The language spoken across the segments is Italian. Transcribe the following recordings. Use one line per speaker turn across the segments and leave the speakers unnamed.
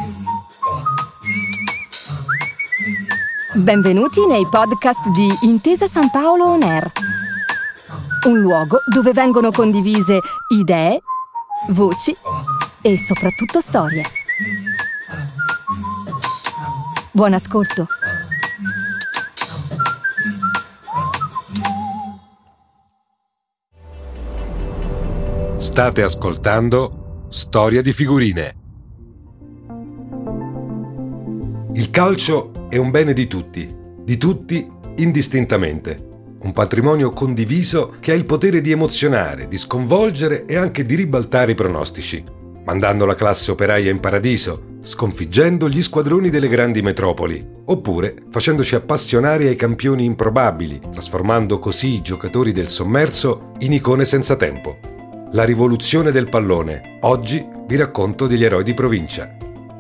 Benvenuti nei podcast di Intesa San Paolo On Air, un luogo dove vengono condivise idee, voci e soprattutto storie. Buon ascolto.
State ascoltando Storia di figurine. Il calcio è un bene di tutti indistintamente. Un patrimonio condiviso che ha il potere di emozionare, di sconvolgere e anche di ribaltare i pronostici, mandando la classe operaia in paradiso, sconfiggendo gli squadroni delle grandi metropoli, oppure facendoci appassionare ai campioni improbabili, trasformando così i giocatori del sommerso in icone senza tempo. La rivoluzione del pallone. Oggi vi racconto degli eroi di provincia.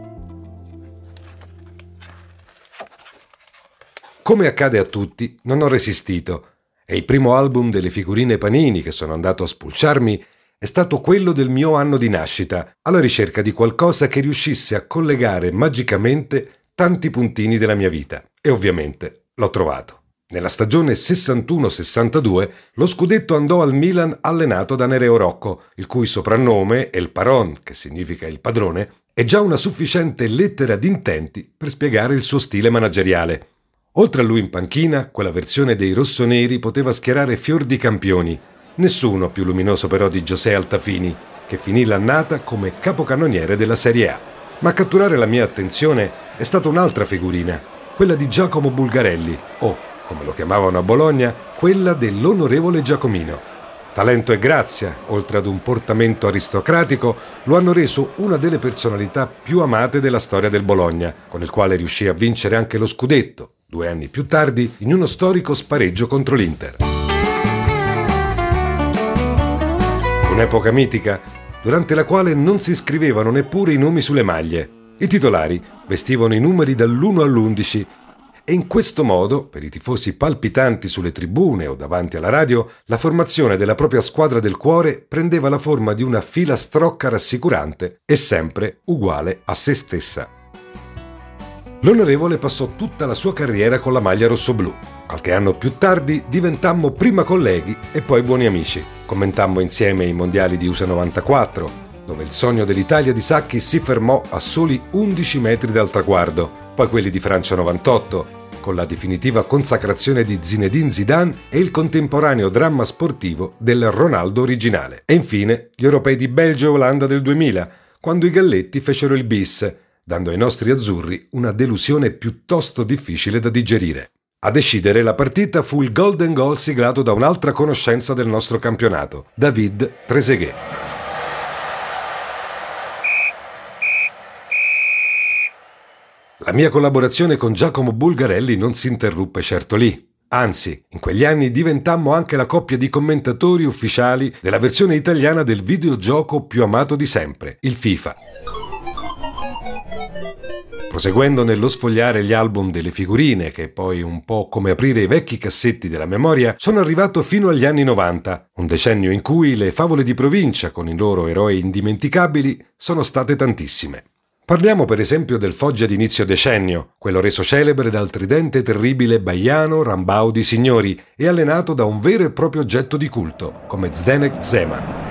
Come accade a tutti, non ho resistito e il primo album delle figurine Panini che sono andato a spulciarmi è stato quello del mio anno di nascita, alla ricerca di qualcosa che riuscisse a collegare magicamente tanti puntini della mia vita. E ovviamente l'ho trovato. Nella stagione 61-62 lo scudetto andò al Milan allenato da Nereo Rocco, il cui soprannome, El Paron, che significa il padrone, è già una sufficiente lettera d'intenti per spiegare il suo stile manageriale. Oltre a lui in panchina, quella versione dei rossoneri poteva schierare fior di campioni. Nessuno più luminoso però di José Altafini, che finì l'annata come capocannoniere della Serie A. Ma a catturare la mia attenzione è stata un'altra figurina, quella di Giacomo Bulgarelli, o, come lo chiamavano a Bologna, quella dell'onorevole Giacomino. Talento e grazia, oltre ad un portamento aristocratico, lo hanno reso una delle personalità più amate della storia del Bologna, con il quale riuscì a vincere anche lo scudetto, 2 anni più tardi, in uno storico spareggio contro l'Inter. Un'epoca mitica, durante la quale non si scrivevano neppure i nomi sulle maglie. I titolari vestivano i numeri dall'1 all'11 e in questo modo, per i tifosi palpitanti sulle tribune o davanti alla radio, la formazione della propria squadra del cuore prendeva la forma di una filastrocca rassicurante e sempre uguale a se stessa. L'onorevole passò tutta la sua carriera con la maglia rossoblù. Qualche anno più tardi diventammo prima colleghi e poi buoni amici. Commentammo insieme i mondiali di USA 94, dove il sogno dell'Italia di Sacchi si fermò a soli 11 metri dal traguardo, poi quelli di Francia 98, con la definitiva consacrazione di Zinedine Zidane e il contemporaneo dramma sportivo del Ronaldo originale. E infine gli europei di Belgio e Olanda del 2000, quando i Galletti fecero il bis, dando ai nostri azzurri una delusione piuttosto difficile da digerire. A decidere la partita fu il golden goal siglato da un'altra conoscenza del nostro campionato, David Trezeguet. La mia collaborazione con Giacomo Bulgarelli non si interruppe certo lì. Anzi, in quegli anni diventammo anche la coppia di commentatori ufficiali della versione italiana del videogioco più amato di sempre, il FIFA. Proseguendo nello sfogliare gli album delle figurine, che poi un po' come aprire i vecchi cassetti della memoria, sono arrivato fino agli anni 90, un decennio in cui le favole di provincia, con i loro eroi indimenticabili, sono state tantissime. Parliamo per esempio del Foggia di inizio decennio, quello reso celebre dal tridente terribile baiano Rambau di Signori e allenato da un vero e proprio oggetto di culto, come Zdeněk Zeman.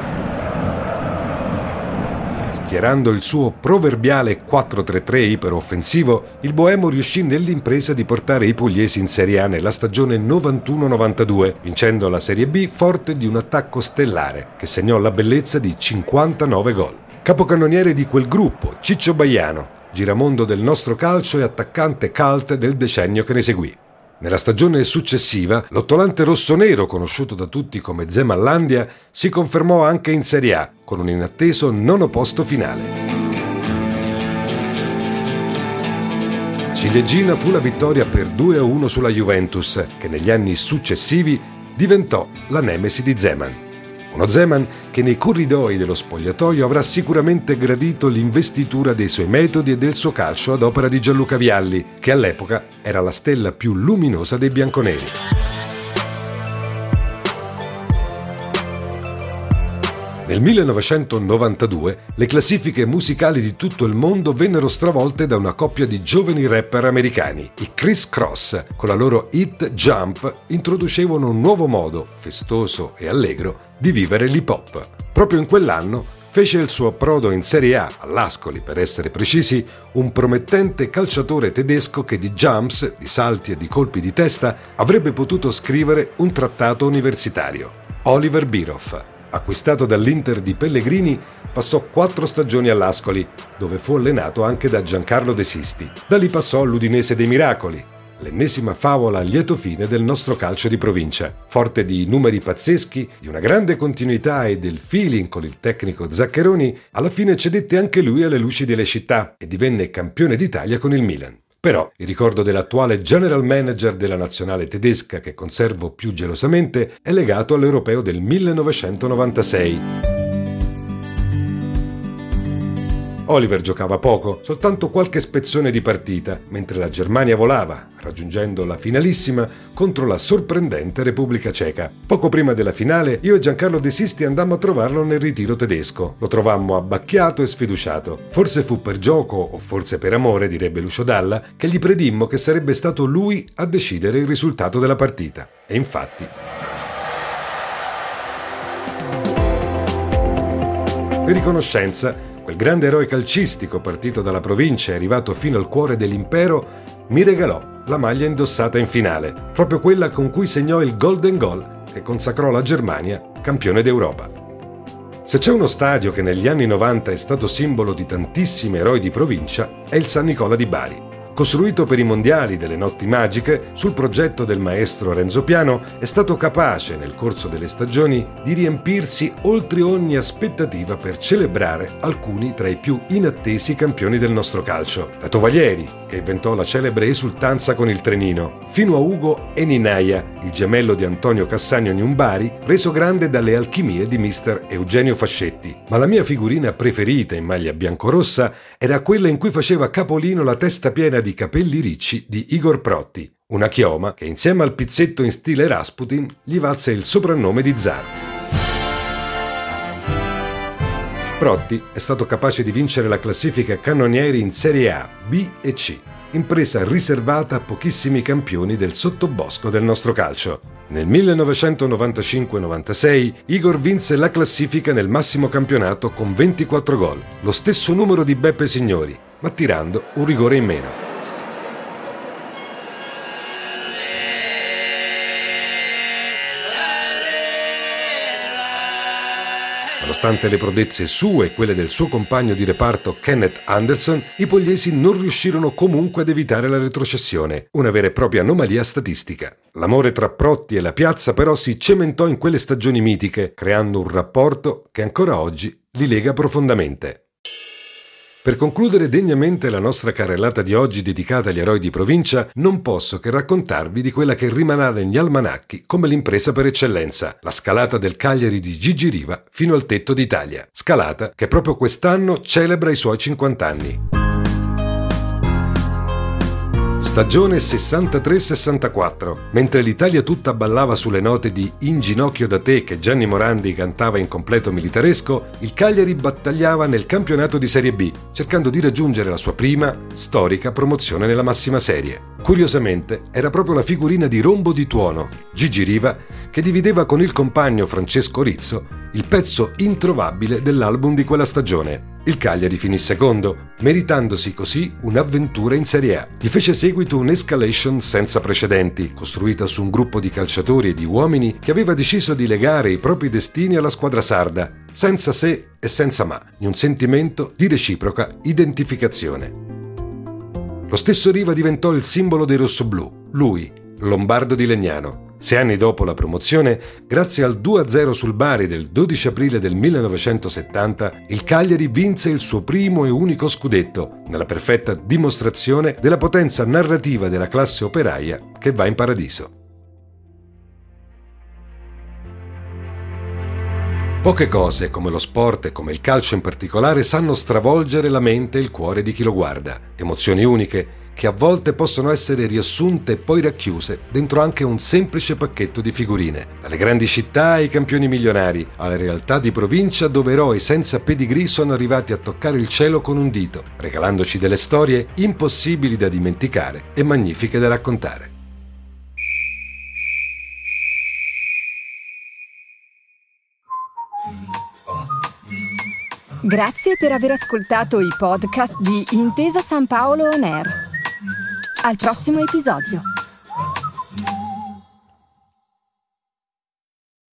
Schierando il suo proverbiale 4-3-3 iperoffensivo, il boemo riuscì nell'impresa di portare i pugliesi in Serie A nella stagione 91-92, vincendo la Serie B forte di un attacco stellare che segnò la bellezza di 59 gol. Capocannoniere di quel gruppo, Ciccio Baiano, giramondo del nostro calcio e attaccante cult del decennio che ne seguì. Nella stagione successiva, l'ottolante rossonero, conosciuto da tutti come Zemanlandia, si confermò anche in Serie A, con un inatteso 9° posto finale. Ciliegina fu la vittoria per 2-1 sulla Juventus, che negli anni successivi diventò la nemesi di Zeman. Uno Zeman che nei corridoi dello spogliatoio avrà sicuramente gradito l'investitura dei suoi metodi e del suo calcio ad opera di Gianluca Vialli, che all'epoca era la stella più luminosa dei bianconeri. Nel 1992 le classifiche musicali di tutto il mondo vennero stravolte da una coppia di giovani rapper americani. I Criss Cross, con la loro hit Jump, introducevano un nuovo modo, festoso e allegro, di vivere l'hip hop. Proprio in quell'anno fece il suo approdo in Serie A, all'Ascoli per essere precisi, un promettente calciatore tedesco che di jumps, di salti e di colpi di testa avrebbe potuto scrivere un trattato universitario. Oliver Bierhoff, acquistato dall'Inter di Pellegrini, passò 4 stagioni all'Ascoli, dove fu allenato anche da Giancarlo De Sisti. Da lì passò all'Udinese dei Miracoli, l'ennesima favola a lieto fine del nostro calcio di provincia. Forte di numeri pazzeschi, di una grande continuità e del feeling con il tecnico Zaccheroni, alla fine cedette anche lui alle luci delle città e divenne campione d'Italia con il Milan. Però il ricordo dell'attuale general manager della nazionale tedesca, che conservo più gelosamente, è legato all'Europeo del 1996. Oliver giocava poco, soltanto qualche spezzone di partita, mentre la Germania volava, raggiungendo la finalissima contro la sorprendente Repubblica Ceca. Poco prima della finale, io e Giancarlo De Sisti andammo a trovarlo nel ritiro tedesco. Lo trovammo abbacchiato e sfiduciato. Forse fu per gioco, o forse per amore, direbbe Lucio Dalla, che gli predimmo che sarebbe stato lui a decidere il risultato della partita. E infatti... Per riconoscenza, quel grande eroe calcistico partito dalla provincia e arrivato fino al cuore dell'impero mi regalò la maglia indossata in finale, proprio quella con cui segnò il Golden Goal che consacrò la Germania campione d'Europa. Se c'è uno stadio che negli anni 90 è stato simbolo di tantissimi eroi di provincia, è il San Nicola di Bari. Costruito per i mondiali delle notti magiche, sul progetto del maestro Renzo Piano, è stato capace, nel corso delle stagioni, di riempirsi oltre ogni aspettativa per celebrare alcuni tra i più inattesi campioni del nostro calcio. Da Tovaglieri, che inventò la celebre esultanza con il trenino, fino a Ugo Eninaia, il gemello di Antonio Cassagno Niumbari, reso grande dalle alchimie di mister Eugenio Fascetti. Ma la mia figurina preferita in maglia biancorossa era quella in cui faceva capolino la testa piena di capelli ricci di Igor Protti, una chioma che insieme al pizzetto in stile Rasputin gli valse il soprannome di Zar. Protti è stato capace di vincere la classifica cannonieri in Serie A, B e C, impresa riservata a pochissimi campioni del sottobosco del nostro calcio. Nel 1995-96 Igor vinse la classifica nel massimo campionato con 24 gol, lo stesso numero di Beppe Signori, ma tirando un rigore in meno. Nonostante le prodezze sue e quelle del suo compagno di reparto Kenneth Anderson, i pugliesi non riuscirono comunque ad evitare la retrocessione, una vera e propria anomalia statistica. L'amore tra Protti e la piazza però si cementò in quelle stagioni mitiche, creando un rapporto che ancora oggi li lega profondamente. Per concludere degnamente la nostra carrellata di oggi dedicata agli eroi di provincia, non posso che raccontarvi di quella che rimarrà negli almanacchi come l'impresa per eccellenza, la scalata del Cagliari di Gigi Riva fino al tetto d'Italia. Scalata che proprio quest'anno celebra i suoi 50 anni. Stagione 63-64. Mentre l'Italia tutta ballava sulle note di In ginocchio da te che Gianni Morandi cantava in completo militaresco, il Cagliari battagliava nel campionato di Serie B, cercando di raggiungere la sua prima, storica promozione nella massima serie. Curiosamente, era proprio la figurina di Rombo di Tuono, Gigi Riva, che divideva con il compagno Francesco Rizzo il pezzo introvabile dell'album di quella stagione. Il Cagliari finì secondo, meritandosi così un'avventura in Serie A. Gli fece seguito un'escalation senza precedenti, costruita su un gruppo di calciatori e di uomini che aveva deciso di legare i propri destini alla squadra sarda, senza se e senza ma, in un sentimento di reciproca identificazione. Lo stesso Riva diventò il simbolo dei rossoblù, lui, lombardo di Legnano. 6 anni dopo la promozione, grazie al 2-0 sul Bari del 12 aprile del 1970, il Cagliari vinse il suo primo e unico scudetto, nella perfetta dimostrazione della potenza narrativa della classe operaia che va in paradiso. Poche cose, come lo sport e come il calcio in particolare, sanno stravolgere la mente e il cuore di chi lo guarda. Emozioni uniche che a volte possono essere riassunte e poi racchiuse dentro anche un semplice pacchetto di figurine. Dalle grandi città ai campioni milionari, alle realtà di provincia dove eroi senza pedigree sono arrivati a toccare il cielo con un dito, regalandoci delle storie impossibili da dimenticare e magnifiche da raccontare.
Grazie per aver ascoltato i podcast di Intesa San Paolo On Air. Al prossimo episodio.